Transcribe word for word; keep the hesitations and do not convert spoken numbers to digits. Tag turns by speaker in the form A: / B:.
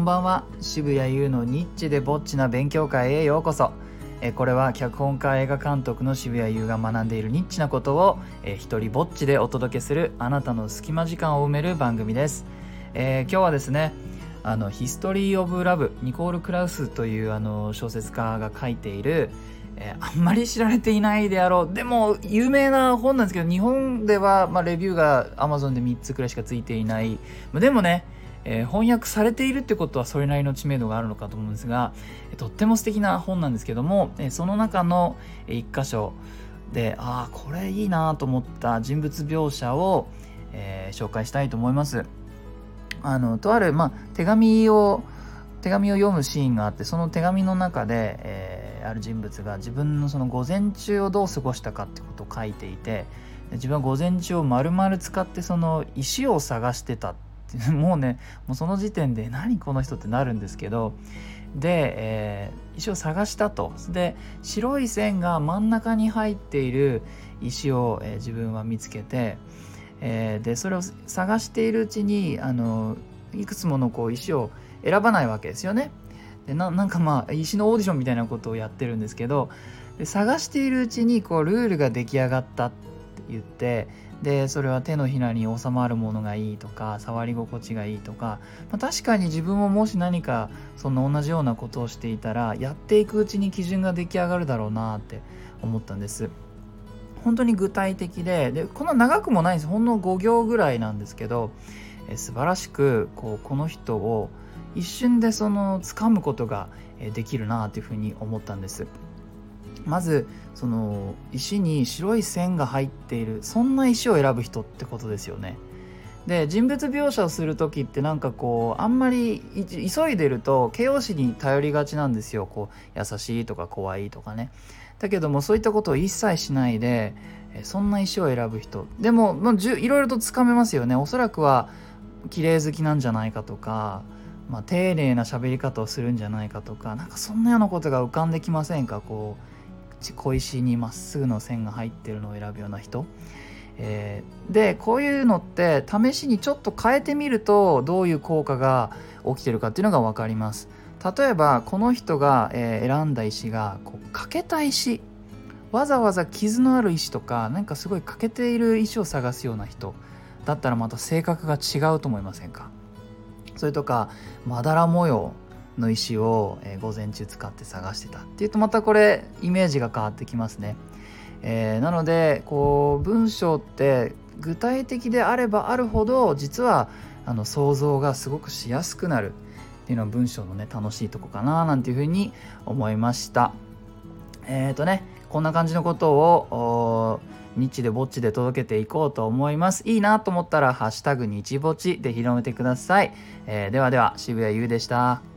A: んばんは。渋谷優のニッチでぼっちな勉強会へようこそ。えこれは脚本家映画監督の渋谷優が学んでいるニッチなことをえ一人ぼっちでお届けするあなたの隙間時間を埋める番組です。えー、今日はですねあのヒストリー・オブ・ラブ、ニコール・クラウスというあの小説家が書いている、えー、あんまり知られていないであろう、でも有名な本なんですけど、日本では、まあ、レビューが Amazon でみっつくらいしかついていない。でもね、えー、翻訳されているってことはそれなりの知名度があるのかと思うんですが、とっても素敵な本なんですけども、えー、その中の一箇所でああこれいいなと思った人物描写を、えー、紹介したいと思います。あのとある、まあ、手紙を手紙を読むシーンがあって、その手紙の中で、えー、ある人物が自分のその午前中をどう過ごしたかってことを書いていて、自分は午前中を丸々使ってその石を探してたってもうねもうその時点で何この人ってなるんですけど、で、えー、石を探したと。で白い線が真ん中に入っている石を、えー、自分は見つけて、えー、でそれを探しているうちにあのいくつものこう石を選ばないわけですよね。で な, なんかまあ石のオーディションみたいなことをやってるんですけど、で探しているうちにこうルールが出来上がったって言って、でそれは手のひらに収まるものがいいとか触り心地がいいとか、まあ、確かに自分ももし何かその同じようなことをしていたらやっていくうちに基準が出来上がるだろうなって思ったんです。本当に具体的で、でこんな長くもないんです。ほんのご行ぐらいなんですけど、え素晴らしくこうこの人を一瞬でその掴むことができるなというふうに思ったんです。まずその石に白い線が入っている、そんな石を選ぶ人ってことですよね。で人物描写をする時ってなんかこうあんまり急いでると形容詞に頼りがちなんですよ。こう優しいとか怖いとかね。だけどもそういったことを一切しないで、そんな石を選ぶ人でも、まあ、じゅいろいろとつかめますよね。おそらくは綺麗好きなんじゃないかとか、まあ、丁寧な喋り方をするんじゃないかとか、なんかそんなようなことが浮かんできませんか。こう小石にまっすぐの線が入ってるのを選ぶような人、えー、でこういうのって試しにちょっと変えてみるとどういう効果が起きてるかっていうのが分かります。例えばこの人が、えー、選んだ石がこう欠けた石、わざわざ傷のある石とかなんかすごい欠けている石を探すような人だったらまた性格が違うと思いませんか。それとかまだら模様の石を、えー、午前中使って探してたっていうとまたこれイメージが変わってきますね。えー、なのでこう文章って具体的であればあるほど実はあの想像がすごくしやすくなるっていうのは文章のね楽しいとこかななんていうふうに思いました。えーとねこんな感じのことをニッチでぼっちで届けていこうと思います。いいなと思ったらハッシュタグ日ぼちで広めてください。えー、ではでは渋谷優でした。